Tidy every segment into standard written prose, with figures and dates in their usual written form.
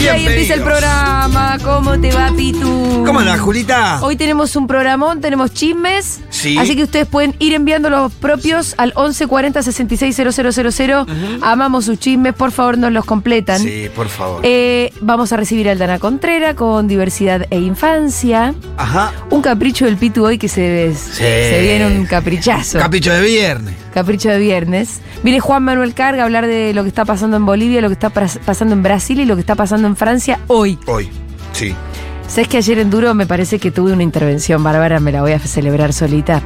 Y ahí empieza el programa. ¿Cómo te va, Pitu? ¿Cómo andás, Julita? Hoy tenemos un programón, tenemos chismes. Sí. Así que ustedes pueden ir enviando los propios al 1140 660000. Amamos sus chismes, por favor nos los completan. Sí, por favor. Vamos a recibir a Aldana Contrera con diversidad e infancia. Ajá. Un capricho del Pitu hoy que se viene un caprichazo. Capricho de viernes. Capricho de viernes. Viene Juan Manuel Carga a hablar de lo que está pasando en Bolivia, lo que está pasando en Brasil y lo que está pasando en Francia hoy. Hoy, sí. ¿Sabes que ayer en Duro me parece que tuve una intervención bárbara? Me la voy a celebrar solita.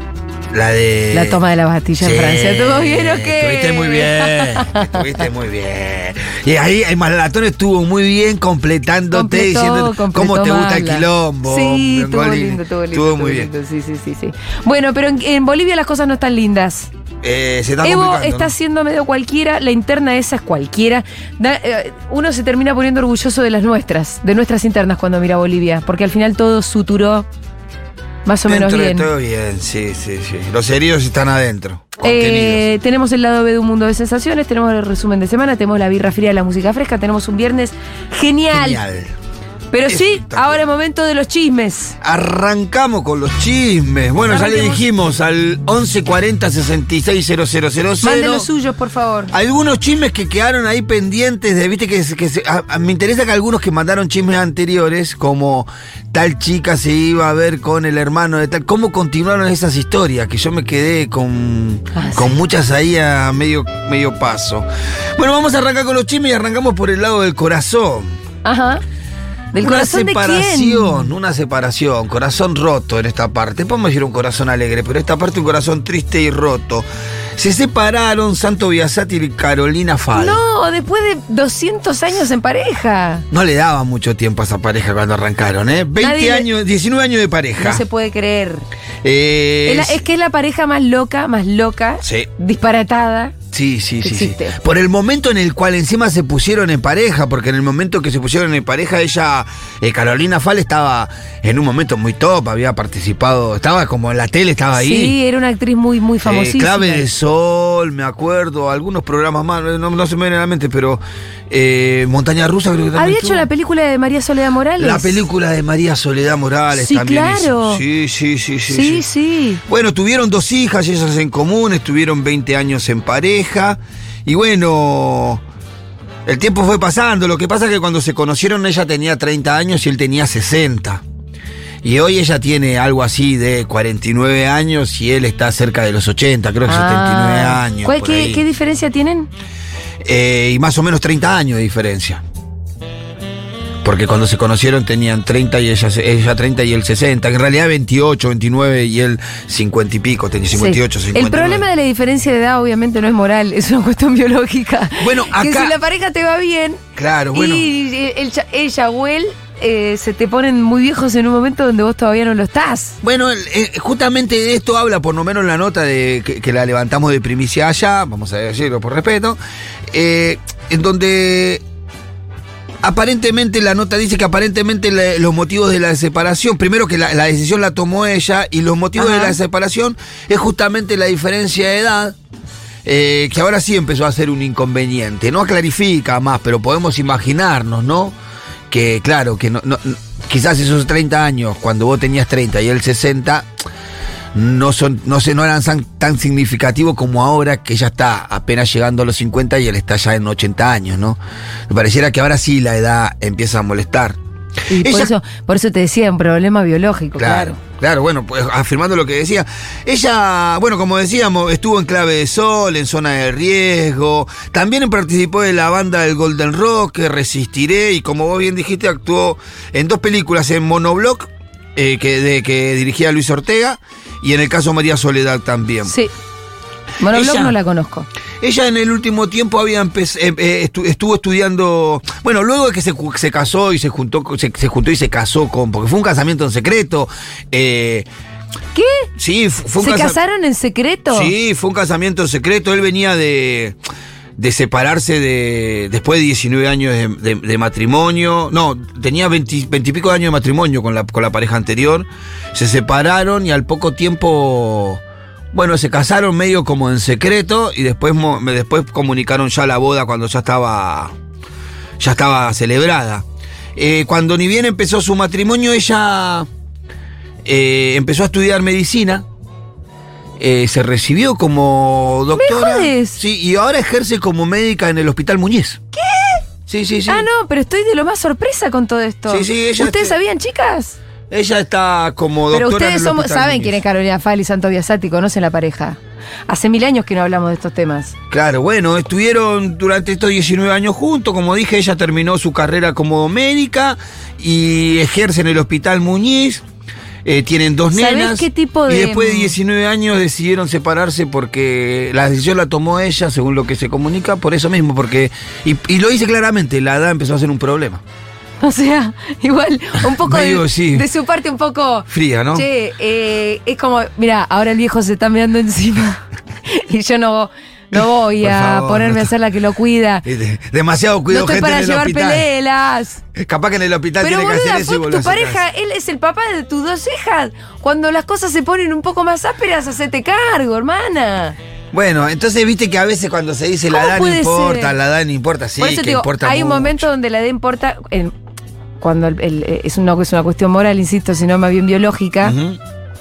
La toma de la Bastilla en Francia. ¿Estuvo bien o qué? Estuviste muy bien. Estuviste muy bien. Y ahí el Malatón estuvo muy bien completándote, diciendo cómo te gusta el quilombo. Sí, estuvo lindo. Estuvo muy bien. Sí. Bueno, pero en Bolivia las cosas no están lindas. Se está Evo complicando, está ¿no? siendo medio cualquiera, la interna esa es cualquiera. Uno se termina poniendo orgulloso de nuestras internas cuando mira a Bolivia, porque al final todo suturó más o menos Dentro de bien. todo bien, sí. Los heridos están adentro. Contenidos. Tenemos el lado B de un mundo de sensaciones, tenemos el resumen de semana, tenemos la birra fría, la música fresca, tenemos un viernes genial. Pero sí, Espectacular. ahora es momento de los chismes. Arrancamos con los chismes. Bueno, ya le Arranquemos. dijimos al 1140 660000. Manden los suyos, por favor. Algunos chismes que quedaron ahí pendientes de, viste me interesa que algunos que mandaron chismes anteriores, como tal chica se iba a ver con el hermano de tal, cómo continuaron esas historias, que yo me quedé con muchas ahí a medio paso. Bueno, vamos a arrancar con los chismes y arrancamos por el lado del corazón. Ajá. ¿Del Una corazón de separación, una separación, corazón roto en esta parte. Podemos decir un corazón alegre, pero esta parte un corazón triste y roto. Se separaron Santo Biasati y Carolina Fal. No, después de 200 años en pareja. No le daba mucho tiempo a esa pareja cuando arrancaron, ¿eh? 19 años de pareja. No se puede creer. Es Es que es la pareja más loca, Sí. disparatada. Sí. Existe. Por el momento en el cual encima se pusieron en pareja, porque en el momento que se pusieron en pareja, ella, Carolina Fal, estaba en un momento muy top, había participado, estaba como en la tele, estaba ahí. Sí, era una actriz muy famosísima. Clave de Sol, me acuerdo, algunos programas más, no se me viene a la mente, pero Montaña Rusa creo que también Había estuvo. hecho la película de María Soledad Morales. La película de María Soledad Morales Sí, también claro. hizo. Sí. Sí. Bueno, tuvieron 2 hijas, ellas en común, estuvieron 20 años en pareja. Y bueno, el tiempo fue pasando. Lo que pasa es que cuando se conocieron ella tenía 30 años y él tenía 60. Y hoy ella tiene algo así de 49 años y él está cerca de los 80, creo que 79 años. por ahí. ¿Qué diferencia tienen? Y más o menos 30 años de diferencia. Porque cuando se conocieron tenían 30 y ella 30 y él 60. En realidad 28, 29 y él 50 y pico, tenía 58, Sí. 59. El problema de la diferencia de edad obviamente no es moral, es una cuestión biológica. Bueno, Que acá- si la pareja te va bien Claro, bueno. y ella o él se te ponen muy viejos en un momento donde vos todavía no lo estás. Bueno, justamente de esto habla, por lo menos la nota de que la levantamos de primicia allá, vamos a decirlo por respeto, en donde aparentemente la nota dice que aparentemente los motivos de la separación, primero que la decisión la tomó ella, y los motivos Ajá. de la separación es justamente la diferencia de edad. Que ahora sí empezó a ser un inconveniente. No clarifica más, pero podemos imaginarnos, ¿no? Que claro, que no, quizás esos 30 años, cuando vos tenías 30 y él 60, no eran tan significativos como ahora, que ella está apenas llegando a los 50 y él está ya en 80 años, ¿no? Me pareciera que ahora sí la edad empieza a molestar. Y por eso te decía, un problema biológico, claro. Claro, bueno, pues afirmando lo que decía. Ella, bueno, como decíamos, estuvo en Clave de Sol, en Zona de Riesgo. También participó de la banda del Golden Rock, Resistiré, y como vos bien dijiste, actuó en 2 películas, en Monobloc, que dirigía Luis Ortega, y en el caso María Soledad también. Sí. Monobloc Ella- no la conozco. Ella en el último tiempo estuvo estudiando, bueno, luego de que se casó y se juntó y se casó porque fue un casamiento en secreto. ¿Qué? Sí, fue un ¿Se casaron en secreto? Sí, fue un casamiento en secreto. Él venía de separarse después de 19 años de matrimonio. No, tenía 20 y pico de años de matrimonio con la pareja anterior. Se separaron y al poco tiempo, bueno, se casaron medio como en secreto, y después comunicaron ya la boda cuando ya estaba celebrada. Cuando ni bien empezó su matrimonio, ella empezó a estudiar medicina. Se recibió como doctora. ¿Me jodes? Sí, y ahora ejerce como médica en el Hospital Muñiz. ¿Qué? Sí. Ah, no, pero estoy de lo más sorpresa con todo esto. Sí, ella ¿Ustedes sabían, chicas? Ella está como doctora. Pero ustedes en el Hospital saben Muñiz. quién es Carolina Fall y Santo Biasati, conocen la pareja. Hace 1000 años que no hablamos de estos temas. Claro, bueno, estuvieron durante estos 19 años juntos. Como dije, ella terminó su carrera como médica y ejerce en el Hospital Muñiz. Tienen 2 ¿Sabés nenas. qué tipo de...? Y después de 19 años decidieron separarse porque la decisión la tomó ella, según lo que se comunica, por eso mismo, porque... Y lo dice claramente, la edad empezó a ser un problema. O sea, igual, un poco Medio, sí. de su parte un poco... Fría, ¿no? Che, es como, mira, ahora el viejo se está mirando encima y yo no voy Por a favor, ponerme a ser la que lo cuida. Demasiado No cuidado estoy gente para en el llevar hospital. pelelas. Capaz que en el hospital Pero tiene que boluda, hacer eso y fue volverse tu a pareja, casa. él es el papá de tus 2 hijas. Cuando las cosas se ponen un poco más ásperas, hacete cargo, hermana. Bueno, entonces viste que a veces cuando se dice la ¿Cómo edad no puede importa, ser? la edad no importa, sí, Por eso que te digo, importa hay un mucho. momento donde la edad importa, cuando es una cuestión moral, insisto, sino más bien biológica. Ujú.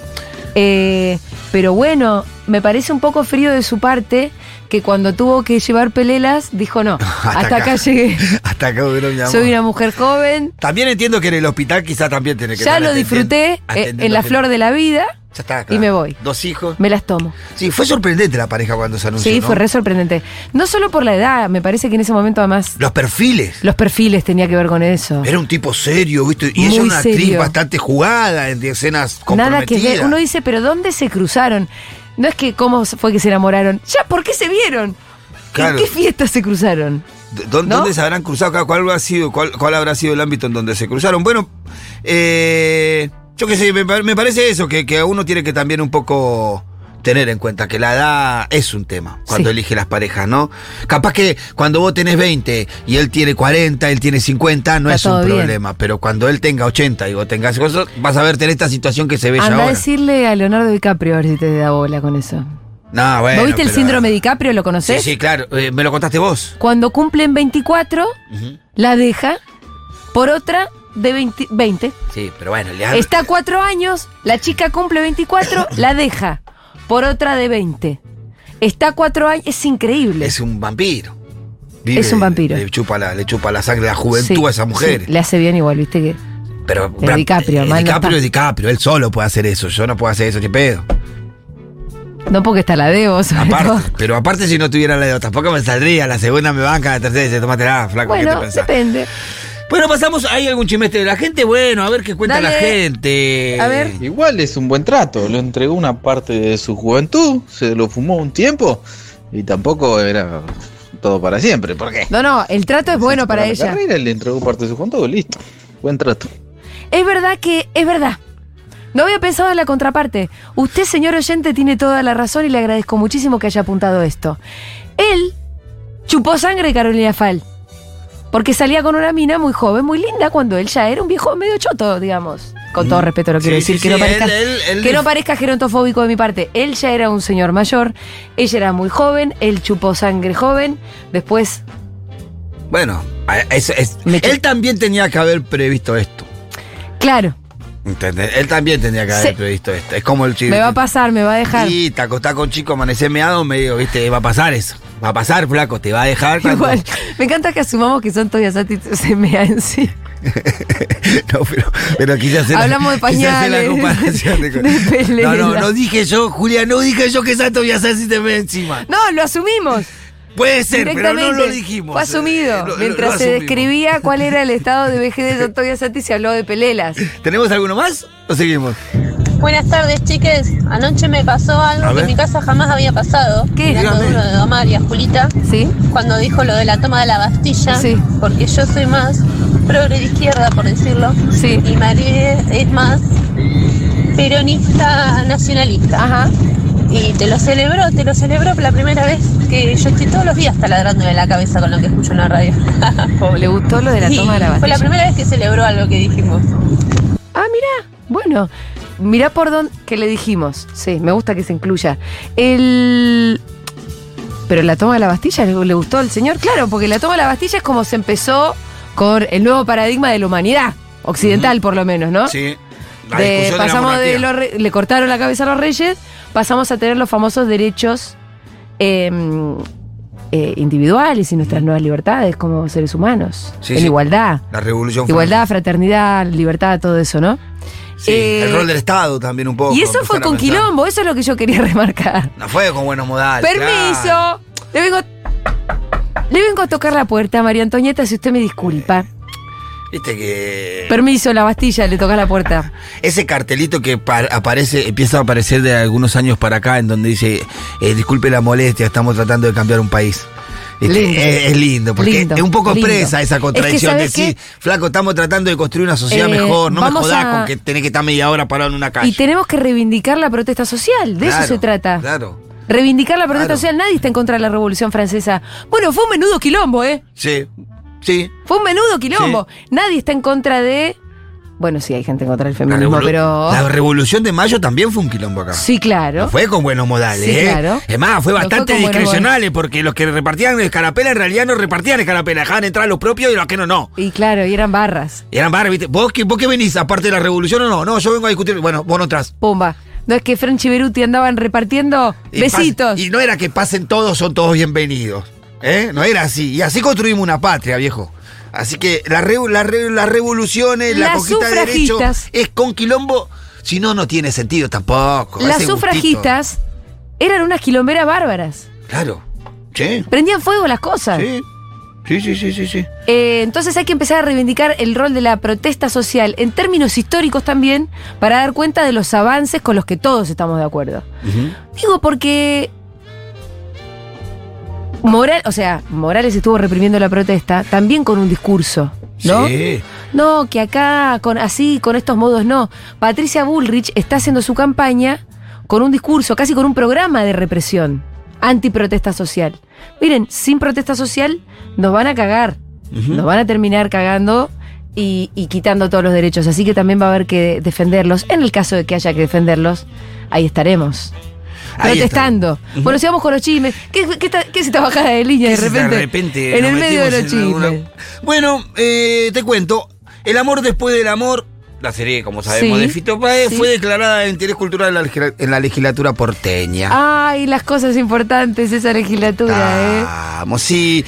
Pero bueno, me parece un poco frío de su parte que cuando tuvo que llevar pelelas, dijo no, hasta acá llegué. Hasta acá duró mi amor. Soy una mujer joven, También entiendo que en el hospital quizá también tiene que ya estar lo disfruté en la flor de la vida, Ya está, y claro. me voy. 2 hijos. Me las tomo. Sí, fue sorprendente la pareja cuando se anunció, Sí, ¿no? fue re sorprendente. No solo por la edad, me parece que en ese momento además Los perfiles. los perfiles tenía que ver con eso. Era un tipo serio, ¿viste? Y ella Muy era una actriz serio. bastante jugada en escenas Nada que comprometidas. ver. Uno dice, pero ¿dónde se cruzaron? No es que cómo fue que se enamoraron. Ya, ¿por qué se vieron? Claro. ¿En qué fiesta se cruzaron? ¿No? ¿Dónde se habrán cruzado? ¿Cuál habrá sido el ámbito en donde se cruzaron? Bueno, yo qué sé, me parece eso, que uno tiene que también un poco tener en cuenta que la edad es un tema cuando Sí. elige las parejas, ¿no? Capaz que cuando vos tenés 20 y él tiene 40, él tiene 50, no Está es un todo bien. problema. Pero cuando él tenga 80 y vos tengas cosas, vas a ver tener esta situación que se ve ya Anda a ahora. decirle a Leonardo DiCaprio a ver si te da bola con eso. No, bueno, ¿Vos viste el pero- síndrome de DiCaprio? ¿Lo Sí, conocés? sí, claro. Me lo contaste vos. Cuando cumplen 24, Ujú. la deja por otra de 20. Sí, pero bueno, Está 4 años, la chica cumple 24, la deja por otra de 20. Está 4 años, es increíble. es un vampiro. Es un vampiro. Le chupa la sangre, la juventud Sí, a esa mujer. sí, le hace bien igual, ¿viste? Que Pero Es DiCaprio, mal no DiCaprio está. es DiCaprio, él solo puede hacer eso. Yo no puedo hacer eso, ni pedo. no porque está la debo, sobre todo. Aparte, pero aparte si no tuviera la de tampoco me saldría. La segunda me banca, la tercera dice, tómatela, flaco, ¿qué te Bueno, pensás? depende. Bueno, pasamos, ¿hay algún chimeste de la gente? Bueno, a ver qué cuenta Dale. la gente. A ver. Igual es un buen trato, le entregó una parte de su juventud, se lo fumó un tiempo y tampoco era todo para siempre. ¿Por qué? No, el trato es bueno para la ella. carrera, le entregó parte de su juventud, listo. Buen trato. Es verdad que es verdad. No había pensado en la contraparte. Usted, señor oyente, tiene toda la razón y le agradezco muchísimo que haya apuntado esto. Él chupó sangre de Carolina Fall. Porque salía con una mina muy joven, muy linda, cuando él ya era un viejo medio choto, digamos. Con todo respeto lo quiero Sí, decir, sí, que, no sí, parezca, él- que no parezca gerontofóbico de mi parte. Él ya era un señor mayor, ella era muy joven, él chupó sangre joven, después... Bueno, Me él también tenía que haber previsto esto. Claro, ¿Entendés? Él también tenía que haber Sí. previsto esto. Es como el chico. me va a pasar, me va a dejar. Sí, te acostás con chico, amanecés meado, medio, viste, va a pasar eso. Va a pasar, flaco, te va a dejar. cuando- Igual, me encanta que asumamos que son Toya Sati se mea en sí. No, pero quise hacer Hablamos de quise hacer la pañales, comparación de pelea. No dije yo, Julia, no dije yo que Santo voy a hacer si te ve encima. No, lo asumimos. Puede ser, pero no Directamente. lo dijimos. Fue asumido. Lo Mientras se asumimos. describía cuál era el estado de vejez de Toya Sati, se habló de pelelas. ¿Tenemos alguno más o seguimos? Buenas tardes, chiques. Anoche me pasó A algo que ver. en mi casa jamás había pasado. ¿Qué? Mirando Dígame. uno de Omar y a Julita, ¿Sí? cuando dijo lo de la toma de la Bastilla, Sí. porque yo soy más progre de izquierda, por decirlo, Sí. y María es más peronista nacionalista. Ajá. Y te lo celebró por la primera vez que yo estoy todos los días taladrándome la cabeza con lo que escucho en la radio. ¿Le gustó lo de la Sí, toma de la fue la Bastilla? primera vez que celebró algo que dijimos. Ah, mirá. Bueno, mirá por dónde que le dijimos. Sí, me gusta que se incluya. Pero la toma de la Bastilla le gustó al señor, claro, porque la toma de la Bastilla es como se empezó con el nuevo paradigma de la humanidad, occidental por lo menos, ¿no? Sí. La discusión Pasamos de de la le cortaron la cabeza a los reyes, pasamos a tener los famosos derechos individuales y nuestras nuevas libertades como seres humanos. Sí, en sí. igualdad. La revolución Igualdad, fraternidad, libertad, todo eso, ¿no? Sí, el rol del Estado también un poco. Y eso fue empezar a con pensar. quilombo, eso es lo que yo quería remarcar. No fue con buenos modales. Permiso, claro. le vengo a tocar la puerta, María Antonieta, si usted me disculpa. Viste que... Permiso, la Bastilla, le toca la puerta. Ese cartelito que empieza a aparecer de algunos años para acá, en donde dice, disculpe la molestia, estamos tratando de cambiar un país. Lindo. Es lindo, porque Lindo, es un poco lindo. expresa esa contradicción de ¿sabes qué? decir, flaco, estamos tratando de construir una sociedad mejor, no me vamos jodás a- con que tenés que estar media hora parado en una calle. Y tenemos que reivindicar la protesta social, de eso Claro, se trata. Claro, Reivindicar la protesta Claro. social, nadie está en contra de la Revolución Francesa. Bueno, fue un menudo quilombo, ¿eh? sí, sí. Fue un menudo quilombo. Nadie está en contra de... Bueno, sí, hay gente en contra del feminismo, pero... La Revolución de Mayo también fue un quilombo acá. Sí, claro. No fue con buenos modales, Sí, ¿eh? claro. Es más, fue No fue bastante con buenos discrecionales, porque los que repartían escarapela en realidad no repartían escarapela, dejaban entrar a los propios y los que no. Y claro, y eran barras. Y eran barras, ¿viste? ¿Vos qué venís aparte de la revolución o no? No, yo vengo a discutir. Bueno, vos no entras. Pumba. No es que French y Beruti andaban repartiendo Y besitos. y no era que pasen todos, son todos bienvenidos. ¿Eh? No era así. Y así construimos una patria, viejo. Así que las revoluciones, la Las conquista de derechos sufragistas. es con quilombo. Si no, no tiene sentido tampoco. Las Ese gustito. sufragistas eran unas quilomberas bárbaras. Claro. Sí. Prendían fuego las cosas. Sí. Sí. Entonces hay que empezar a reivindicar el rol de la protesta social en términos históricos también para dar cuenta de los avances con los que todos estamos de acuerdo. Digo porque Morales estuvo reprimiendo la protesta también con un discurso, ¿no? Sí. No, que acá con estos modos no. Patricia Bullrich está haciendo su campaña con un discurso, casi con un programa de represión, antiprotesta social. Miren, sin protesta social nos van a cagar, nos van a terminar cagando y quitando todos los derechos. Así que también va a haber que defenderlos. En el caso de que haya que defenderlos, ahí estaremos. Ahí protestando. Bueno, sigamos con los chismes. ¿Qué es esta bajada de línea de repente? En nos el medio de los metimos en chismes. alguna- Bueno, te cuento. El amor después del amor, la serie, como sabemos, Sí, de Fito Páez, sí. fue declarada de interés cultural en la legislatura porteña. Ay, las cosas importantes, esa legislatura, Vamos, sí.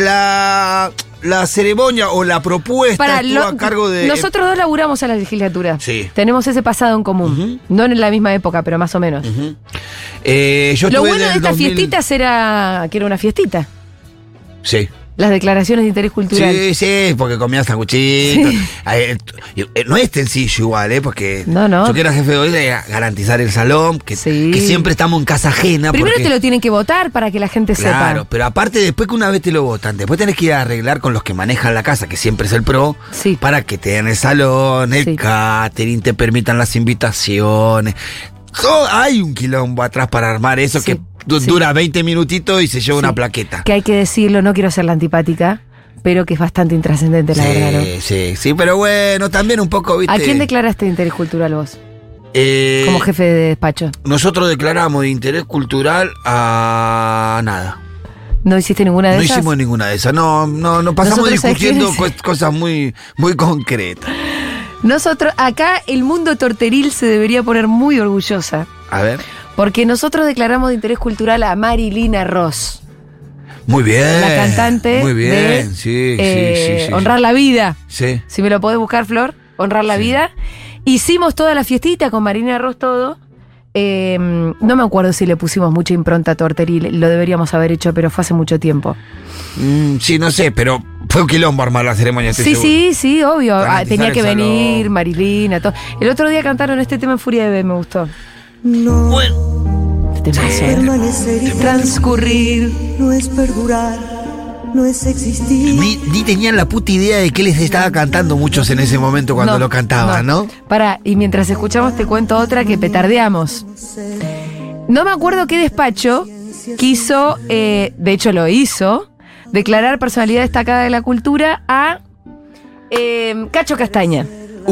La ceremonia o la propuesta estuvo a cargo de... Nosotros dos laburamos a la legislatura. Sí. Tenemos ese pasado en común. No en la misma época, pero más o menos. Yo Lo estuve bueno de del estas 2000. fiestitas era que era una fiestita. Sí. Las declaraciones de interés cultural. Sí, porque comía sanguchitos. Sí. No es sencillo igual, porque No. yo que era jefe de hoy era garantizar el salón, que siempre estamos en casa ajena. Primero porque, te lo tienen que votar para que la gente claro, sepa. pero aparte después que una vez te lo votan, después tenés que ir a arreglar con los que manejan la casa, que siempre es el PRO, Sí. para que te den el salón, el Sí. catering, te permitan las invitaciones. Hay un quilombo atrás para armar eso Sí, que dura 20 minutitos y se lleva una plaqueta. Que hay que decirlo, no quiero ser la antipática, pero que es bastante intrascendente, la verdad, ¿no? Sí, pero bueno, también un poco, ¿viste? ¿A quién declaraste de interés cultural vos? Eh, Como jefe de despacho. Nosotros declaramos de interés cultural a nada. ¿No hiciste ninguna de No esas? hicimos ninguna de esas. No, pasamos Nosotros, ¿sabes discutiendo quiénes? cosas muy, muy concretas. Nosotros, acá el mundo torteril se debería poner muy orgullosa, A ver. porque nosotros declaramos de interés cultural a Marilina Ross, Muy bien. la cantante Muy bien, de sí. Honrar la Vida. Sí. Si me lo podés buscar, Flor, Honrar la Vida. Hicimos toda la fiestita con Marilina Ross, todo. No me acuerdo si le pusimos mucha impronta a torteril, lo deberíamos haber hecho, pero fue hace mucho tiempo. Sí, no sé, pero fue un quilombo armar la ceremonia. estoy seguro. Sí, obvio. Garantizar Tenía que el salón. venir Marilina, todo. El otro día cantaron este tema en Furia de B, me gustó. Bueno, Este temazo, ¿eh? Permanecer y Transcurrir. no es perdurar, no es existir. ni tenían la puta idea de que les estaba cantando muchos en ese momento cuando lo cantaban, ¿no? Pará, y mientras escuchamos te cuento otra que petardeamos. No me acuerdo qué despacho quiso, de hecho lo hizo, declarar personalidad destacada de la cultura a Cacho Castaña.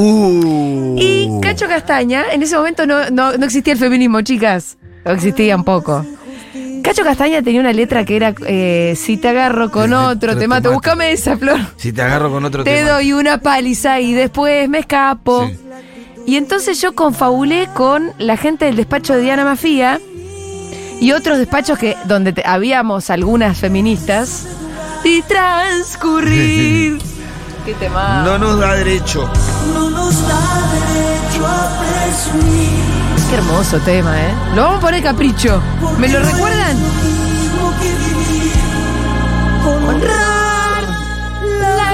Y Cacho Castaña, en ese momento no existía el feminismo, chicas. No existía un poco. Cacho Castaña tenía una letra que era si te agarro con otro, te mato. Búscame esa, Flor. Si te agarro con otro, te doy una paliza y después me escapo. Sí. Y entonces yo confabulé con la gente del despacho de Diana Mafía y otros despachos donde habíamos algunas feministas. Y transcurrir. Qué tema. No nos da derecho. No nos da derecho a presumir. Qué hermoso tema, ¿eh? Lo vamos a poner capricho. ¿Me lo recuerdan? Honrar la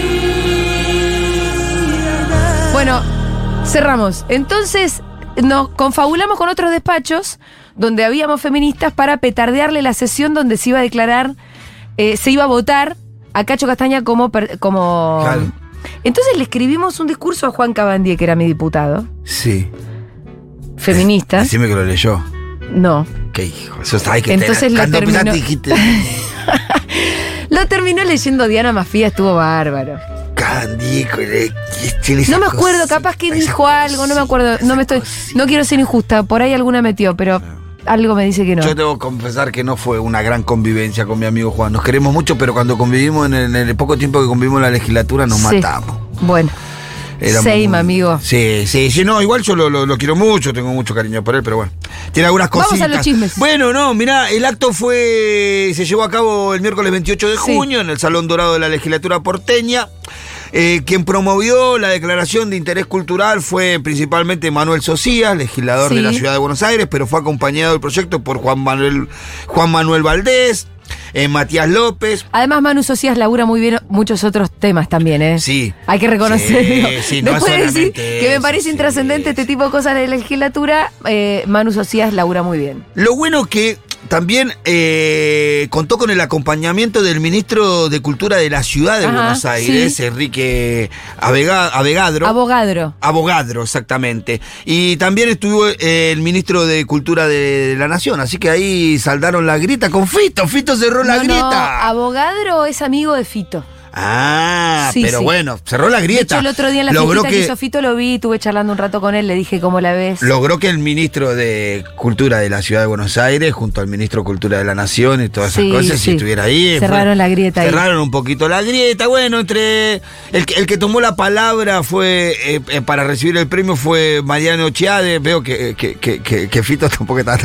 vida. Bueno, cerramos. Entonces nos confabulamos con otros despachos donde habíamos feministas para petardearle la sesión donde se iba a declarar, se iba a votar a Cacho Castaña como... Claro. Entonces le escribimos un discurso a Juan Cabandier, que era mi diputado, Sí. feminista. Decime que lo leyó. No. Qué hijo. Eso está ahí que Entonces lo cuando terminó. empezaste dijiste. Lo terminó leyendo Diana Mafía, estuvo bárbaro. Candico, No me acuerdo, capaz que dijo algo, no me acuerdo. No quiero ser injusta, por ahí alguna metió, pero algo me dice que no. Yo debo confesar que no fue una gran convivencia con mi amigo Juan. Nos queremos mucho, pero cuando convivimos, en el poco tiempo que convivimos en la legislatura, nos Sí. matamos. Bueno. Same, amigo. Sí, no, igual yo lo quiero mucho, tengo mucho cariño por él, pero bueno. Tiene algunas cositas. Vamos a los chismes. Bueno, no, mirá, el acto se llevó a cabo el miércoles 28 de junio en el Salón Dorado de la Legislatura porteña. Quien promovió la declaración de interés cultural fue principalmente Manuel Socias, legislador de la Ciudad de Buenos Aires, pero fue acompañado del proyecto por Juan Manuel Valdés, Matías López. Además, Manu Socias labura muy bien muchos otros temas también, ¿eh? Sí. Hay que reconocerlo. Sí, no Después de decir solamente que me eso, parece intrascendente este tipo de cosas de la legislatura, Manu Socias labura muy bien. Lo bueno que también contó con el acompañamiento del ministro de Cultura de la Ciudad de Buenos Aires, Enrique Abogadro. Abogadro, exactamente. Y también estuvo el ministro de Cultura de la Nación, así que ahí saldaron la grieta con Fito. Fito cerró la grieta. Abogadro es amigo de Fito. Ah, Sí, pero sí. bueno, cerró la grieta. De hecho, el otro día en la fiesta que hizo Fito lo vi, estuve charlando un rato con él, le dije cómo la ves. Logró que el ministro de Cultura de la Ciudad de Buenos Aires, junto al ministro de Cultura de la Nación y todas esas cosas, si estuviera ahí. Cerraron la grieta ahí. Cerraron un poquito la grieta. Bueno, entre el que tomó la palabra fue para recibir el premio fue Mariano Chiade. Veo que Fito tampoco está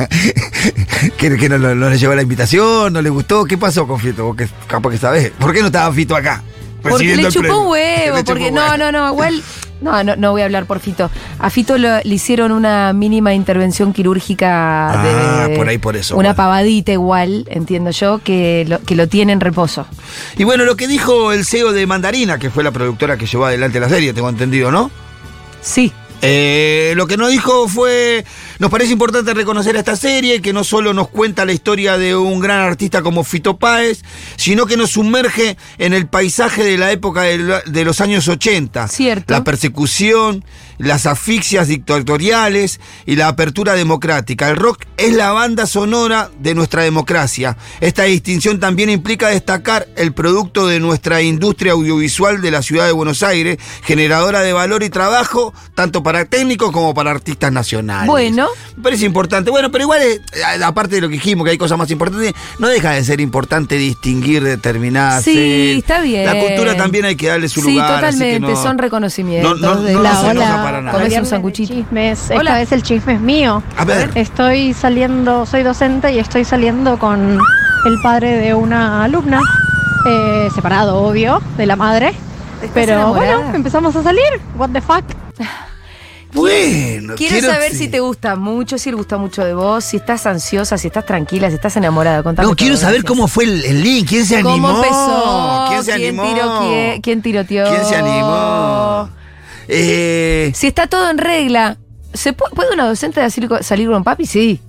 que no le llevó la invitación, no le gustó. ¿Qué pasó con Fito? Vos que capaz que sabés. ¿Por qué no estaba Fito acá? Porque le chupó un huevo, Le chupó porque un huevo. no, igual no voy a hablar por Fito. A Fito le hicieron una mínima intervención quirúrgica por eso. Una pavadita igual, entiendo yo, que lo tiene en reposo. Y bueno, lo que dijo el CEO de Mandarina, que fue la productora que llevó adelante la serie, tengo entendido, ¿no? Sí. Lo que nos dijo fue, nos parece importante reconocer a esta serie, que no solo nos cuenta la historia de un gran artista como Fito Páez, sino que nos sumerge en el paisaje de la época de los años 80. Cierto. La persecución, las asfixias dictatoriales y la apertura democrática. El rock es la banda sonora de nuestra democracia. Esta distinción también implica destacar el producto de nuestra industria audiovisual de la ciudad de Buenos Aires, generadora de valor y trabajo, tanto para técnicos como para artistas nacionales. Bueno. Me parece importante. Bueno, pero igual, aparte de lo que dijimos, que hay cosas más importantes, no deja de ser importante distinguir determinadas. Sí, está bien. La cultura también hay que darle su lugar. Sí, totalmente, así que no, son reconocimientos. no se enoja Hola, para nada. Comés un Viernes de sanguchito. chismes. Hola. Esta vez el chisme es mío. A ver. Estoy saliendo, soy docente y estoy saliendo con el padre de una alumna, separado, obvio, de la madre. Pero enamorada? bueno, empezamos a salir. What the fuck. Bueno, Quiero saber si te gusta mucho, si le gusta mucho de vos, si estás ansiosa, si estás tranquila, si estás enamorada. Contame No, quiero todo, saber gracias. cómo fue el link, quién se animó. ¿Cómo empezó? ¿Quién se animó? ¿Quién tiroteó? ¿Quién se animó? Si está todo en regla, ¿puede una docente salir con papi? Sí.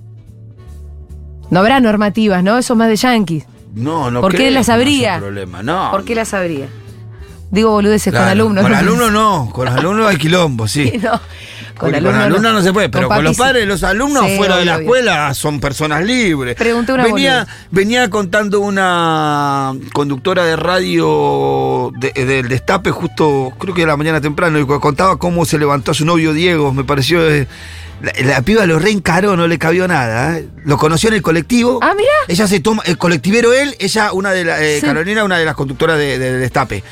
No habrá normativas, ¿no? Eso es más de yanquis. No, ¿Por qué creo la que sabría? no haya problema, no. ¿Por qué la sabría? Digo boludeces Claro, con alumnos. Con alumnos no, con los alumnos hay quilombo, sí. No. Con alumnos no se puede, pero con los padres de los alumnos Sí, fuera de la obvio. escuela son personas libres. Pregunté una venía contando una conductora de radio del Destape justo, creo que de la mañana temprano, y contaba cómo se levantó a su novio Diego, me pareció... La piba lo reencaró, no le cabió nada. Lo conoció en el colectivo. Ah, mira. Ella se toma, el colectivero él, ella, Sí. Carolina, una de las conductoras del Destape.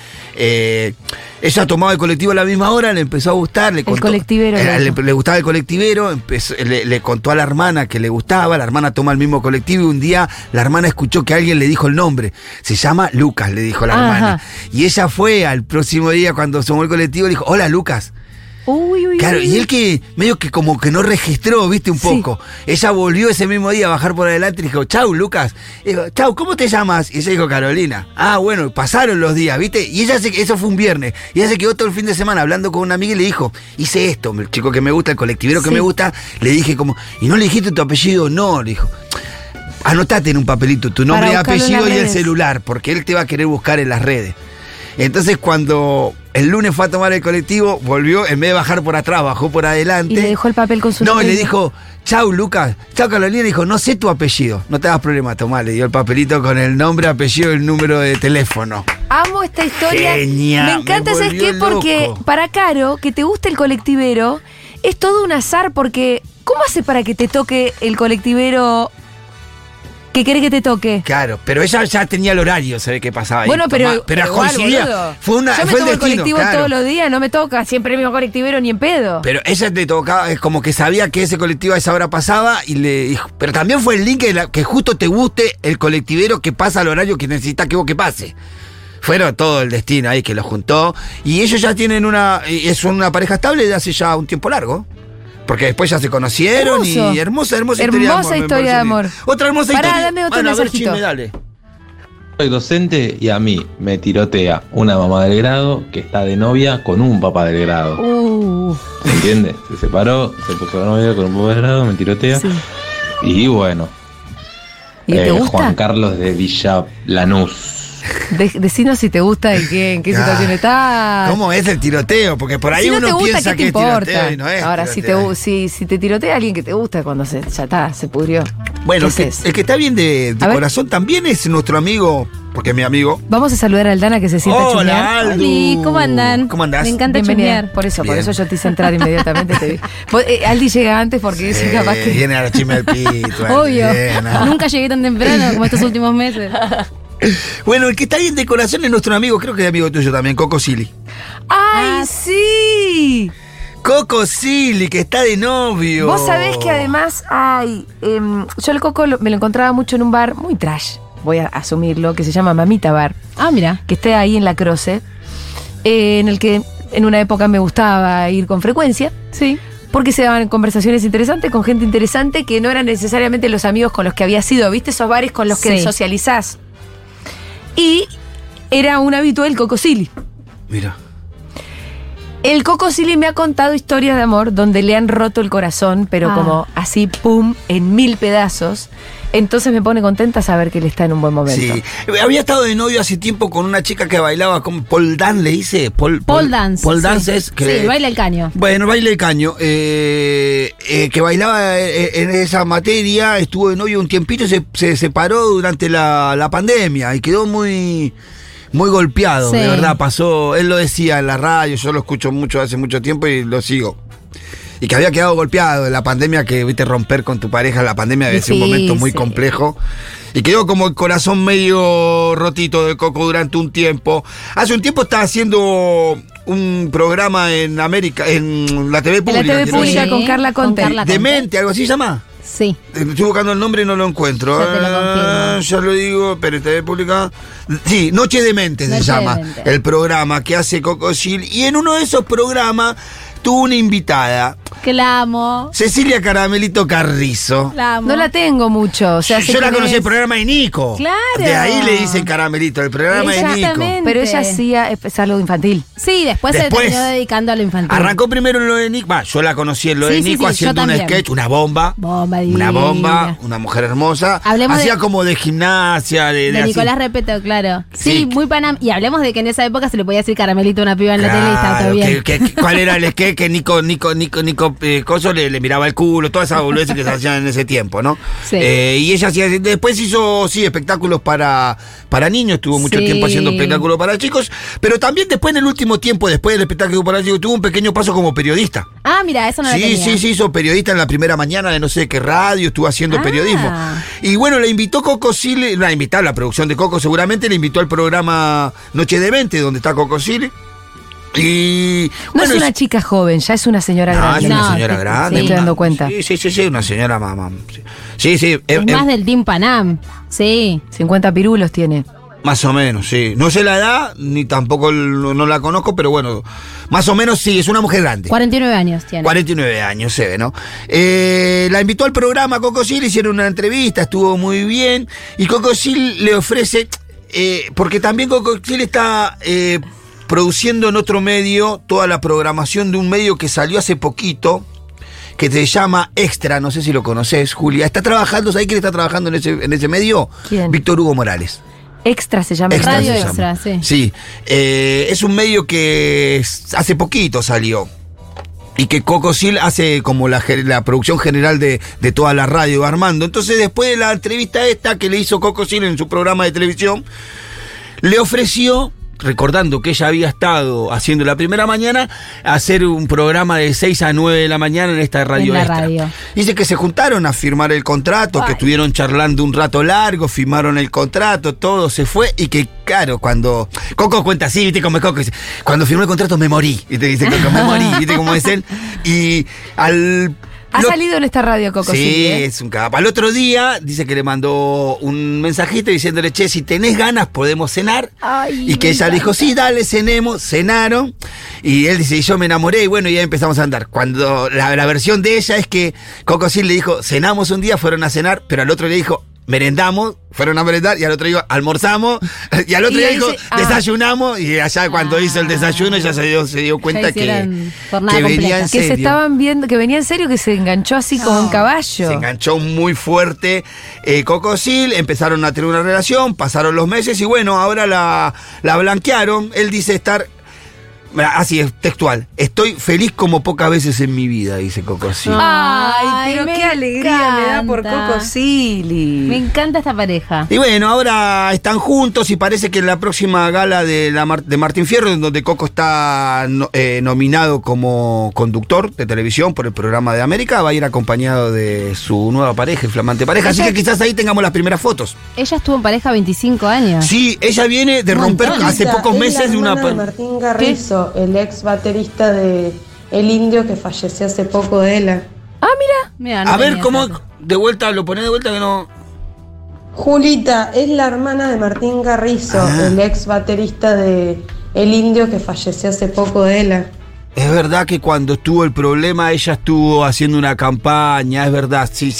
Ella tomaba el colectivo a la misma hora, le empezó a gustar, le contó. colectivero, Le gustaba el colectivero, le contó a la hermana que le gustaba, la hermana toma el mismo colectivo y un día la hermana escuchó que alguien le dijo el nombre. Se llama Lucas, le dijo la hermana. Y ella fue al próximo día cuando tomó el colectivo y dijo, hola Lucas. Uy. Claro, y él que medio que como que no registró, viste, un poco. Ella volvió ese mismo día a bajar por adelante y dijo, chau, Lucas. Y dijo, chau, ¿cómo te llamas? Y ella dijo, Carolina. Ah, bueno, pasaron los días, viste. Y ella eso fue un viernes. Y ella se quedó todo el fin de semana hablando con una amiga y le dijo, hice esto, el chico que me gusta, el colectivero que me gusta, le dije como, ¿y no le dijiste tu apellido? No, le dijo. Anotate en un papelito tu nombre y apellido y el celular, porque él te va a querer buscar en las redes. Entonces cuando el lunes fue a tomar el colectivo, volvió, en vez de bajar por atrás, bajó por adelante. Y le dejó el papel con su nombre. No, y le dijo, chau Lucas, chau Carolina, dijo, no sé tu apellido, no te hagas problema, tomá, le dio el papelito con el nombre, apellido y el número de teléfono. Amo esta historia. Genial, Me encanta, me ¿sabes qué? volvió Porque loco. para Caro, que te guste el colectivero, es todo un azar porque ¿cómo hace para que te toque el colectivero que quiere que te toque? Claro, pero ella ya tenía el horario, se ve que pasaba ahí. Bueno, pero igual, coincidía. Yo me Yo me fue tomo el el colectivo claro. todos los días, no me toca siempre el mismo colectivero ni en pedo. Pero ella te tocaba, es como que sabía que ese colectivo a esa hora pasaba y le dijo. Pero también fue el link que justo te guste el colectivero que pasa al horario que necesitas que vos que pase. Fueron todo el destino ahí que los juntó. Y ellos ya tienen son una pareja estable de hace ya un tiempo largo. Porque después ya se conocieron. Hermoso. Y hermosa Hermosa historia de amor. Otra hermosa Pará, historia. dame otro Bueno, a ver, mensajito. chisme, dale. Soy docente y a mí me tirotea una mamá del grado que está de novia con un papá del grado. ¿Se entiende? Se separó, se puso de novia con un papá del grado, me tirotea. Sí. Y bueno, ¿Y te gusta? Juan Carlos de Villa Lanús. Decinos si te gusta, en qué situación estás. ¿Cómo es el tiroteo? Porque por ahí Si no uno te gusta, piensa ¿qué te que es importa? tiroteo y no es. Ahora, tiroteo. si te tirotea alguien que te gusta cuando ya está, se pudrió. Bueno, ¿Qué haces? el que está bien de A ver. corazón también es nuestro amigo, porque es mi amigo. Vamos a saludar a Aldana que se sienta a chusmear. Hola, Aldu. Oli, ¿cómo andan? ¿Cómo andás? Me encanta Bienvenida. chusmear. Por eso Bien. yo te hice entrar inmediatamente. Te vi. Aldi llega antes porque dice capaz que. Viene a la chisme del pito. Obvio. bien, ah. Nunca llegué tan temprano como estos últimos meses. Bueno, el que está bien de corazón es nuestro amigo, creo que es amigo tuyo también, Coco Silly. ¡Ay, sí! Coco Silly, que está de novio. Vos sabés que además, yo el Coco me lo encontraba mucho en un bar muy trash, voy a asumirlo, que se llama Mamita Bar, Ah, mira. que está ahí en La Croce, en el que en una época me gustaba ir con frecuencia. Sí. Porque se daban conversaciones interesantes con gente interesante que no eran necesariamente los amigos con los que había sido, ¿viste? Esos bares con los que Sí. socializás. Y era un habitual el Coco Silly. Mira. El Coco Silly me ha contado historias de amor donde le han roto el corazón, pero como así, pum, en 1000 pedazos. Entonces me pone contenta saber que él está en un buen momento. Sí. Había estado de novio hace tiempo con una chica que bailaba como Paul Dance, le dice. Pole dance. Pole sí. dance es que. Sí, baila el caño. Bueno, baile de caño, que bailaba en esa materia, estuvo de novio un tiempito, se separó durante la pandemia y quedó muy golpeado, Sí. de verdad, pasó, él lo decía en la radio, yo lo escucho mucho hace mucho tiempo y lo sigo. Y que había quedado golpeado en la pandemia, que viste romper con tu pareja, la pandemia debe ser un momento muy Difícil. complejo. Y quedó como el corazón medio rotito de Coco durante un tiempo. Hace un tiempo estaba haciendo un programa en América, en la TV En la pública. TV que pública Sí, con Carla con Conte. Carla Conte. Demente, algo así se llama. Sí. Estoy buscando el nombre y no lo encuentro. Ya te lo confirmo. Ya lo digo, pero TV pública. Sí, Noche Demente se Noche llama Demente. el programa que hace Coco Gil. Y en uno de esos programas tuvo una invitada, Que la amo. Cecilia Caramelito Carrizo. La amo. No la tengo mucho. O sea, sé Yo la quién conocí es, el programa de Nico. Claro. De ahí le dicen Caramelito, el programa de Nico. Exactamente. pero ella hacía es algo infantil. Sí, después se Después. terminó dedicando a lo infantil. Arrancó primero en lo de Nico. Yo la conocí en lo de Sí, sí, Nico sí, haciendo yo un también. sketch, una bomba. Bomba Una divina. bomba, una mujer hermosa. Hablemos Hacía de- como de gimnasia, de De así. Nicolás Repeto, claro. Sí, Sí. muy panam. Y hablemos de que en esa época se le podía decir caramelito a una piba en la tele y estaba todo Claro, bien. ¿cuál era el sketch? que Nico Coso le miraba el culo, todas esas boludeces que se hacían en ese tiempo, ¿no? Sí. Y ella hacía, después hizo, sí, espectáculos para niños, estuvo mucho Sí. tiempo haciendo espectáculos para chicos, pero también después en el último tiempo, después del espectáculo para chicos, tuvo un pequeño paso como periodista. Ah, mira, eso no lo tenía. Sí, hizo periodista en la primera mañana de no sé qué radio, estuvo haciendo periodismo. Y bueno, le invitó Coco Silly, la producción de Coco seguramente, le invitó al programa Noche de 20, donde está Coco Silly. Y No es una chica joven, ya es una señora no, grande. es una No, señora sí, grande. me estoy dando cuenta. Sí, una señora mamá. Sí. Es más del Team Panam. Sí. 50 pirulos tiene. Más o menos, sí. No sé la edad, ni tampoco no la conozco, pero bueno, más o menos sí, es una mujer grande. 49 años tiene. 49 años, se ve, ¿no? La invitó al programa Coco Silly, hicieron una entrevista, estuvo muy bien. Y Coco Silly le ofrece, porque también Coco Silly está produciendo en otro medio toda la programación de un medio que salió hace poquito, que se llama Extra, no sé si lo conoces, Julia. Está trabajando, ¿sabés quién está trabajando en ese medio? ¿Quién? Víctor Hugo Morales. Extra se llama. Extra Radio se Extra, llama. sí. Sí, es un medio que hace poquito salió. Y que Coco Silly hace como la producción general de toda la radio, Armando. Entonces, después de la entrevista esta que le hizo Coco Silly en su programa de televisión, le ofreció, recordando que ella había estado haciendo la primera mañana, hacer un programa de 6 a 9 de la mañana en esta radio En la Extra. radio. Dice que se juntaron a firmar el contrato, que estuvieron charlando un rato largo, firmaron el contrato, todo se fue y que, claro, cuando Coco cuenta así, viste como es Coco, dice, cuando firmó el contrato me morí, y te dice Coco, me morí, viste cómo es él, y Ha salido en esta radio Coco Sí, Silly, es un capo. Al otro día dice que le mandó un mensajito diciéndole, che, si tenés ganas podemos cenar. Ay, Y que ella dijo, sí, dale, cenemos, cenaron. Y él dice, y yo me enamoré y bueno, y ya empezamos a andar. Cuando la versión de ella es que Coco Silly le dijo, cenamos un día, fueron a cenar, pero al otro le dijo, merendamos, fueron a merendar, y al otro día almorzamos, y al otro Y día ahí dijo, dice, desayunamos, y allá cuando hizo el desayuno ya se dio cuenta que jornada venía completa. en Que se serio. estaban viendo, que venía en serio, que se enganchó así como un caballo. Se enganchó muy fuerte Coco Silly, empezaron a tener una relación, pasaron los meses y bueno, ahora la blanquearon. Él dice estar, así es, textual, estoy feliz como pocas veces en mi vida, dice Coco Silly. Ay, pero me qué alegría me da por encanta. Coco Silly. Me encanta esta pareja. Y bueno, ahora están juntos y parece que en la próxima gala de Martín Fierro, en donde Coco está nominado como conductor de televisión por el programa de América, va a ir acompañado de su nueva pareja, flamante pareja. Así que quizás ahí tengamos las primeras fotos. Ella estuvo en pareja 25 años. Sí, ella viene de romper hace pocos meses de una... de Martín Garrizo, el ex baterista de El Indio que falleció hace poco de ELA. Ah, mira. Mira, no A ver, tenía ¿cómo? dato. De vuelta, lo ponés de vuelta que no... Julita es la hermana de Martín Garrizo, el ex baterista de El Indio que falleció hace poco de ELA. Es verdad que cuando estuvo el problema ella estuvo haciendo una campaña, es verdad, sí.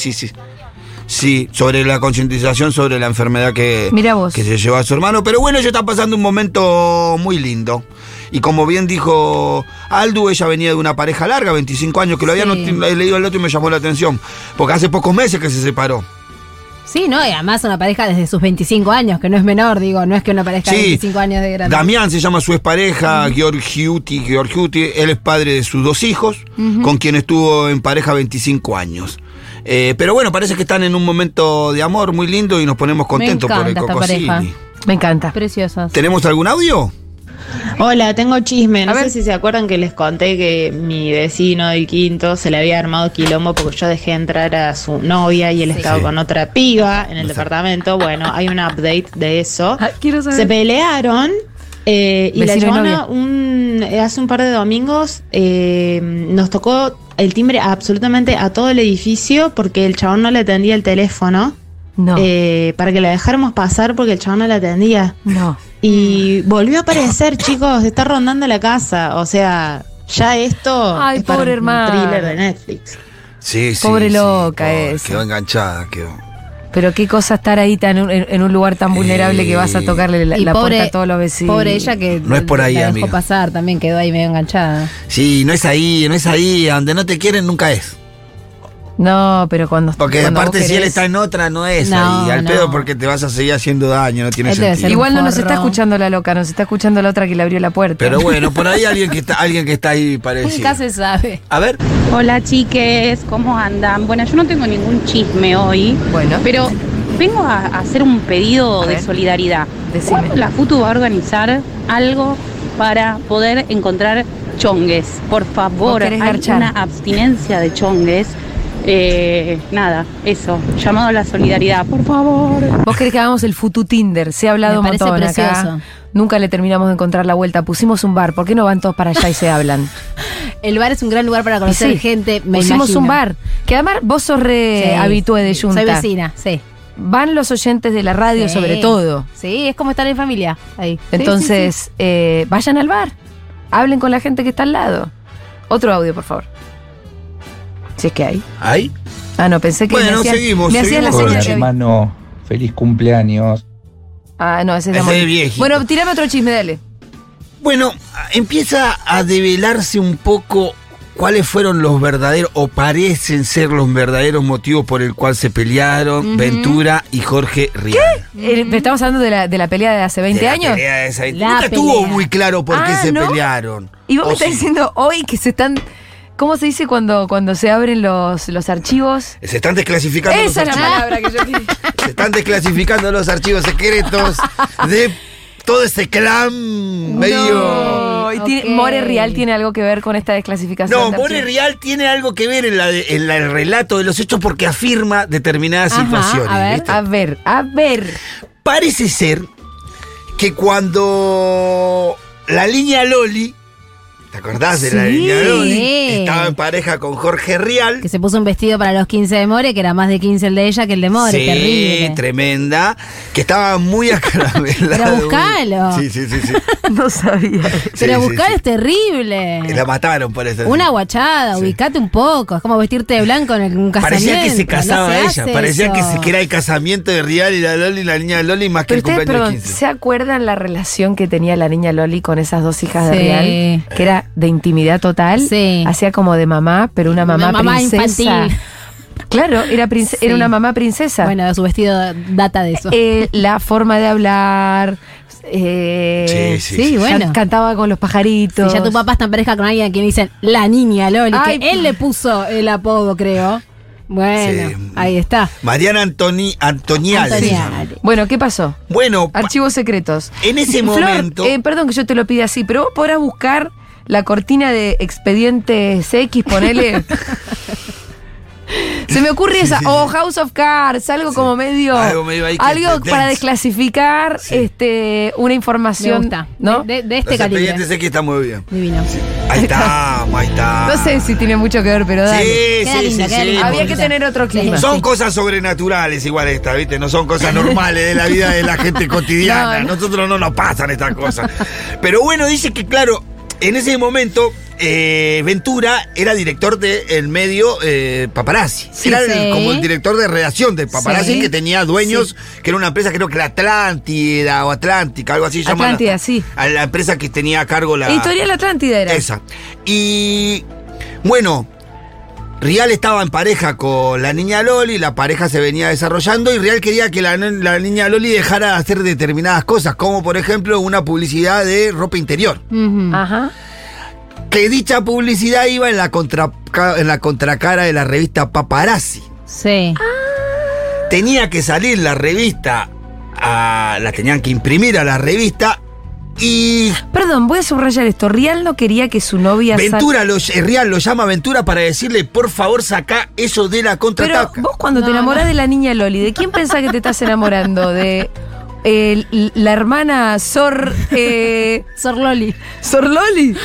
Sí, sobre la concientización sobre la enfermedad que se llevó a su hermano. Pero bueno, ella está pasando un momento muy lindo. Y como bien dijo Aldu, ella venía de una pareja larga, 25 años, que lo había leído al otro y me llamó la atención. Porque hace pocos meses que se separó. Sí, ¿no? Y además una pareja desde sus 25 años, que no es menor, digo, no es que una pareja de 25 años de grande. Damián se llama su expareja, Giorgiuti. Él es padre de sus 2 hijos, con quien estuvo en pareja 25 años. Pero bueno, parece que están en un momento de amor muy lindo y nos ponemos contentos por el Coco Silly. Me encanta. Preciosos. ¿Tenemos algún audio? Hola, tengo chisme. No sé si se acuerdan que les conté que mi vecino del quinto se le había armado quilombo porque yo dejé entrar a su novia y él estaba con otra piba en el departamento. Bueno, hay un update de eso. Quiero saber. Se pelearon y la Vecino y chabona hace un par de domingos nos tocó el timbre absolutamente a todo el edificio porque el chabón no le atendía el teléfono. No. Para que la dejáramos pasar porque el chabón no la atendía. No. Y volvió a aparecer, chicos, está rondando la casa. O sea, ya esto Ay, es para pobre un hermana. thriller de Netflix. Sí. Pobre loca esa. Quedó enganchada, Pero qué cosa estar ahí en un lugar tan vulnerable que vas a tocarle la puerta a todos los vecinos. Pobre ella que No es por ahí, la dejó amiga. pasar, también quedó ahí medio enganchada. Sí, no es ahí, donde no te quieren nunca es. No, pero Porque cuando aparte vos si él querés- está en otra, no es No, ahí. Al no. pedo porque te vas a seguir haciendo daño, no tiene Él debe sentido. ser Igual no nos forro. está escuchando la loca, nos está escuchando la otra que le abrió la puerta. Pero bueno, por ahí alguien que está ahí parecido. Nunca se sabe. A ver. Hola chiques, ¿cómo andan? Bueno, yo no tengo ningún chisme hoy, Bueno. pero vengo a hacer un pedido A de ver. solidaridad. Decime. ¿Cuándo la FUTU va a organizar algo para poder encontrar chongues? Por favor, ¿Vos querés hay garchar? una abstinencia de chongues. Nada, eso, llamado a la solidaridad, por favor. Vos querés que hagamos el Futu Tinder, se ha hablado Me un parece montón precioso. acá. Nunca le terminamos de encontrar la vuelta. Pusimos un bar, ¿por qué no van todos para allá y se hablan? El bar es un gran lugar para conocer Sí. gente, me Pusimos imagino. un bar, que además vos sos re Sí. habitué de Junta. Soy vecina, sí. Van los oyentes de la radio Sí. sobre todo. Sí, es como estar en familia. Ahí. Sí, Entonces, vayan al bar, hablen con la gente que está al lado. Otro audio, por favor. Si es que hay. ¿Ahí? Ah, no, pensé que Bueno, me hacían, seguimos, me hacían la seguimos. señal Hola, que había- hermano, feliz cumpleaños. Ah, no, ese es de Ese amor. es viejito. Bueno, tirame otro chisme, dale. Bueno, empieza a develarse un poco cuáles fueron los verdaderos, o parecen ser los verdaderos motivos por el cual se pelearon Ujú. Ventura y Jorge Rial. Estamos hablando de la pelea de hace 20 De la años. pelea de esa- La Nunca estuvo pelea. muy claro por qué Ah, se ¿no? pelearon. Y vos ¿O me estás sí? diciendo hoy que se están. ¿Cómo se dice cuando se abren los archivos? Se están desclasificando Esa es los la archivos. palabra que yo quería. Se están desclasificando los archivos secretos de todo ese clan medio. No, y Ok. More Real tiene algo que ver con esta desclasificación. No, de More archivos. Real tiene algo que ver en el relato de los hechos porque afirma determinadas Ajá, situaciones. a ver. ¿viste? A ver. Parece ser que cuando la niña Loli, ¿te acordás de la Sí. niña Loli? Estaba en pareja con Jorge Rial. Que se puso un vestido para los 15 de More, que era más de 15 el de ella que el de More. Sí, Terrible. tremenda. Que estaba muy acaramelada. Pero buscalo. Sí. No sabía. Pero Sí, buscar sí. es terrible. Y la mataron por eso. Una guachada, Sí. ubicate un poco. Es como vestirte de blanco en un casamiento. Parecía que se casaba no se ella. hace Parecía eso. que era el casamiento de Rial y la Loli, la niña Loli, más que Pero el ustedes, cumpleaños perdón, de 15. ¿se acuerdan la relación que tenía la niña Loli con esas dos hijas de Sí. Real? Que era de intimidad total. Sí. Hacía como de mamá, pero una mamá, princesa. infantil. Claro, era, Sí. era una mamá princesa. Bueno, su vestido data de eso. La forma de hablar. Sí, bueno. Cantaba con los pajaritos. Si ya tu papá está en pareja con alguien a quien dicen la niña Loli, Ay, que él le puso el apodo, creo. Bueno, Sí. ahí está. Mariana Antoniales. Antoniales. Bueno, ¿qué pasó? Bueno, Archivos secretos. en ese Flor, momento. perdón que yo te lo pida así, pero vos podrás buscar la cortina de Expedientes X, ponele. Se me ocurre esa, sí, o sí. House of Cards, algo como medio. Algo medio ahí que algo te- para dense. desclasificar Sí. Me una información. gusta. ¿No? De Los este calibre. expedientes sé que está muy bien. Divino. Ahí estamos, ahí está. No sé si tiene mucho que ver, pero dale. Sí, Queda sí, lindo, sí, queda sí. lindo. Había que tener otro clima. Son cosas sobrenaturales igual esta, ¿viste? No son cosas normales de la vida de la gente cotidiana. No, no. Nosotros no nos pasan estas cosas. Pero bueno, dice que claro, en ese momento Ventura era director del medio Paparazzi. Sí, era sí. como el director de redacción de Paparazzi Sí. que tenía dueños, que era una empresa creo que era Atlántida o Atlántica, algo así se llama. Atlántida, sí. A la empresa que tenía a cargo la... Editorial Atlántida era. Esa. Y bueno, Rial estaba en pareja con la niña Loli, la pareja se venía desarrollando y Rial quería que la niña Loli dejara de hacer determinadas cosas, como por ejemplo una publicidad de ropa interior. Ujú. Ajá. Que dicha publicidad iba en la contracara de la revista Paparazzi. Sí. Tenía que salir la revista, la tenían que imprimir a la revista y Perdón, voy a subrayar esto. Rial no quería que su novia Rial lo llama a Ventura para decirle, por favor, saca eso de la Pero contratapa. vos cuando te No, enamorás no. de la niña Loli, ¿de quién pensás que te estás enamorando? ¿De la hermana Sor Loli. Loli?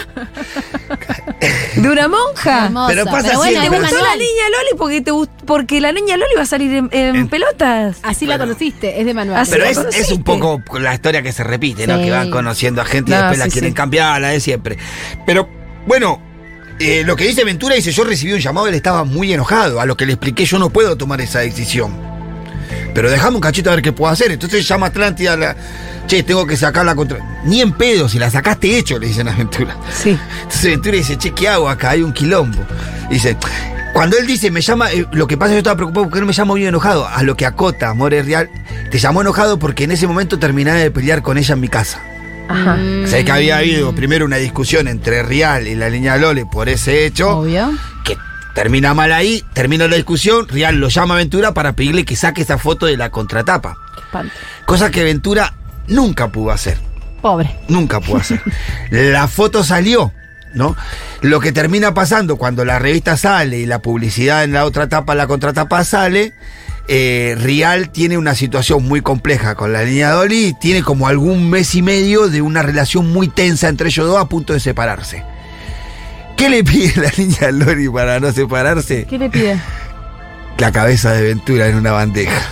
¿De una monja? Hermosa. Pero pasa bueno, siempre. ¿Te es gustó manual. la niña Loli porque la niña Loli va a salir en pelotas? Así la conociste, es de manual. Así Pero la es conociste. un poco la historia que se repite, ¿no? Sí. Que van conociendo a gente y No, después la sí, quieren sí. cambiar, la de siempre. Pero, bueno, lo que dice Ventura dice, yo recibí un llamado, él estaba muy enojado, a lo que le expliqué, yo no puedo tomar esa decisión. Pero dejame un cachito a ver qué puedo hacer. Entonces llama a Atlántida, che, tengo que sacar la contra... Ni en pedo, si la sacaste hecho, le dicen a Ventura. Sí. Entonces Ventura dice, che, ¿qué hago acá? Hay un quilombo. Y dice, Cuando él dice, me llama, lo que pasa es que yo estaba preocupado porque no me llamo bien enojado, a lo que acota More Rial, te llamó enojado porque en ese momento terminaba de pelear con ella en mi casa. Ajá. O sea, que había habido primero una discusión entre Rial y la niña Loli por ese hecho. Obvio. Que termina mal ahí, termina la discusión, Rial lo llama a Ventura para pedirle que saque esa foto de la contratapa. Espanto. Cosa que Ventura nunca pudo hacer. Pobre. Nunca pudo hacer. La foto salió, ¿no? Lo que termina pasando cuando la revista sale y la publicidad en la otra tapa, la contratapa sale, Rial tiene una situación muy compleja con la niña Dolly y tiene como algún mes y medio de una relación muy tensa entre ellos dos a punto de separarse. ¿Qué le pide la niña Lori para no separarse? ¿Qué le pide? La cabeza de Ventura en una bandeja.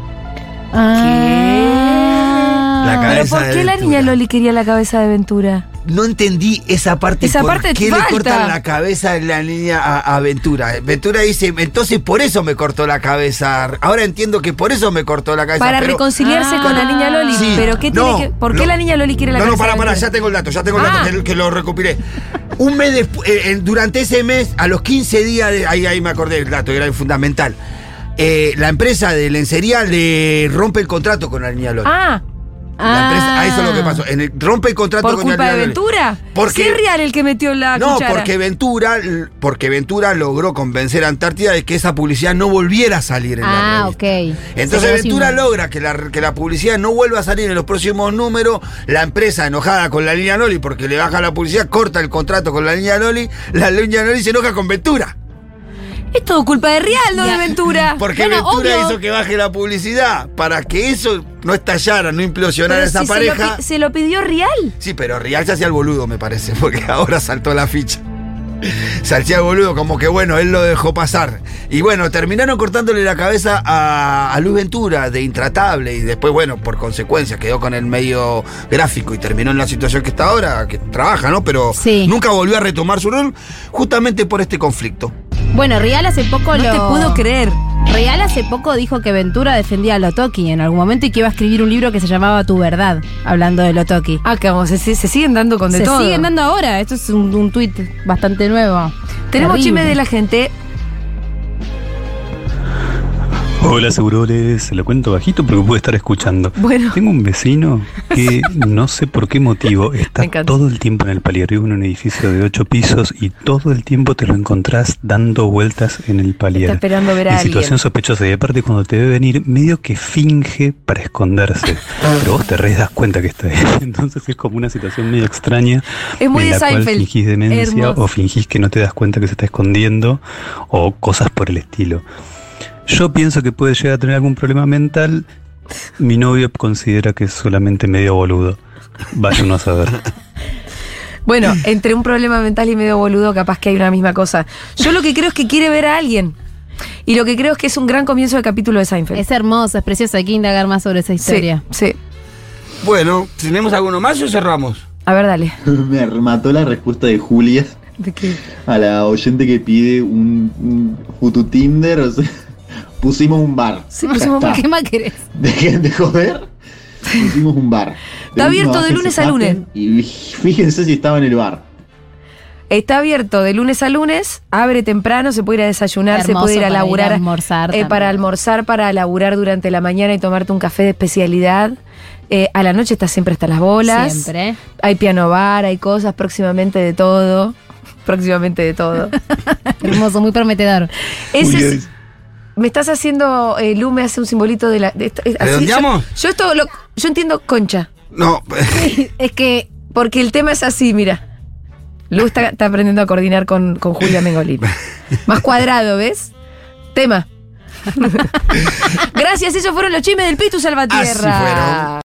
La cabeza. ¿Pero por qué de la Ventura. niña Loli quería la cabeza de Ventura? No entendí esa parte. Esa ¿Por parte qué falta. le cortan la cabeza de la niña a Ventura? Ventura dice, entonces por eso me cortó la cabeza. Ahora entiendo que por eso me cortó la cabeza. Para reconciliarse con la niña Loli. Sí. Pero ¿qué tiene que, ¿por qué la niña Loli quiere la cabeza? No, de para, Ventura? ya tengo el dato, que lo recopilé. Un mes después, durante ese mes, a los 15 días, ahí me acordé del dato, era fundamental. La empresa de lencería le rompe el contrato con la niña Loli. La empresa, eso es lo que pasó. Rompe el contrato ¿Por con la culpa niña de Loli. Ventura? Porque ¿Sí es Rial el que metió la no, cuchara? porque Ventura logró convencer a Antártida de que esa publicidad no volviera a salir en la revista. Ok. Entonces Ventura logra que la publicidad no vuelva a salir en los próximos números. La empresa, enojada con la niña Loli porque le baja la publicidad, corta el contrato con la niña Loli. La niña Loli se enoja con Ventura. Es todo culpa de Rial, no de Ventura. Porque Ventura hizo que baje la publicidad para que eso no estallara, no implosionara Pero esa si pareja. se lo pidió Rial. Sí, pero Rial se hacía el boludo, me parece, porque ahora saltó la ficha. Se hacía el boludo, como que bueno, él lo dejó pasar. Y bueno, terminaron cortándole la cabeza a Luz Ventura de Intratable. Y después, bueno, por consecuencia, quedó con el medio gráfico y terminó en la situación que está ahora, que trabaja, ¿no? Pero nunca volvió a retomar su rol, justamente por este conflicto. Bueno, Rial hace poco No te puedo creer. Rial hace poco dijo que Ventura defendía a Lotoki en algún momento y que iba a escribir un libro que se llamaba Tu Verdad, hablando de Lotoki. Que vamos, se siguen dando con de todo. Se siguen dando ahora. Esto es un tuit bastante nuevo. Tenemos Terrible. chisme de la gente. Hola, Seguroles, se lo cuento bajito porque puede estar escuchando. Bueno. Tengo un vecino que no sé por qué motivo está todo el tiempo en el palier. En un edificio de 8 pisos y todo el tiempo te lo encontrás dando vueltas en el palier. Está esperando ver a En alguien. situación sospechosa y aparte cuando te ve venir medio que finge para esconderse. Pero vos te das cuenta que está ahí. Entonces es como una situación medio extraña. Es muy en de la cual Seinfeld. fingís demencia Hermoso. o fingís que no te das cuenta que se está escondiendo o cosas por el estilo. Yo pienso que puede llegar a tener algún problema mental. Mi novio considera que es solamente medio boludo. Vaya uno a saber. Bueno, entre un problema mental y medio boludo, capaz que hay una misma cosa. Yo lo que creo es que quiere ver a alguien. Y lo que creo es que es un gran comienzo del capítulo de Seinfeld. Es hermoso, es precioso. Hay que indagar más sobre esa historia. Sí. Bueno, ¿tenemos alguno más o cerramos? A ver, dale. Me remató la respuesta de Julia ¿De qué? a la oyente que pide un Futu Tinder. O sea, pusimos un bar. Sí, pusimos Ya un está. ¿qué más querés? Dejen de joder. Pusimos un bar. Está abierto de lunes a lunes. Y fíjense si estaba en el bar. Está abierto de lunes a lunes, abre temprano, se puede ir a desayunar, Hermoso se puede ir a para laburar. ir a almorzar también. Para almorzar, para laburar durante la mañana y tomarte un café de especialidad. A la noche siempre están las bolas. Siempre. Hay piano bar, hay cosas, próximamente de todo. Próximamente de todo. Hermoso, muy prometedor. Ese es, me estás haciendo, Lu me hace un simbolito de la... ¿Redondeamos? Yo entiendo concha. No. Es que, porque el tema es así, mira. Lu está aprendiendo a coordinar con Julia Mengolini. Más cuadrado, ¿ves? Tema. Gracias, esos fueron los chismes del Pitu Salvatierra. Así fueron.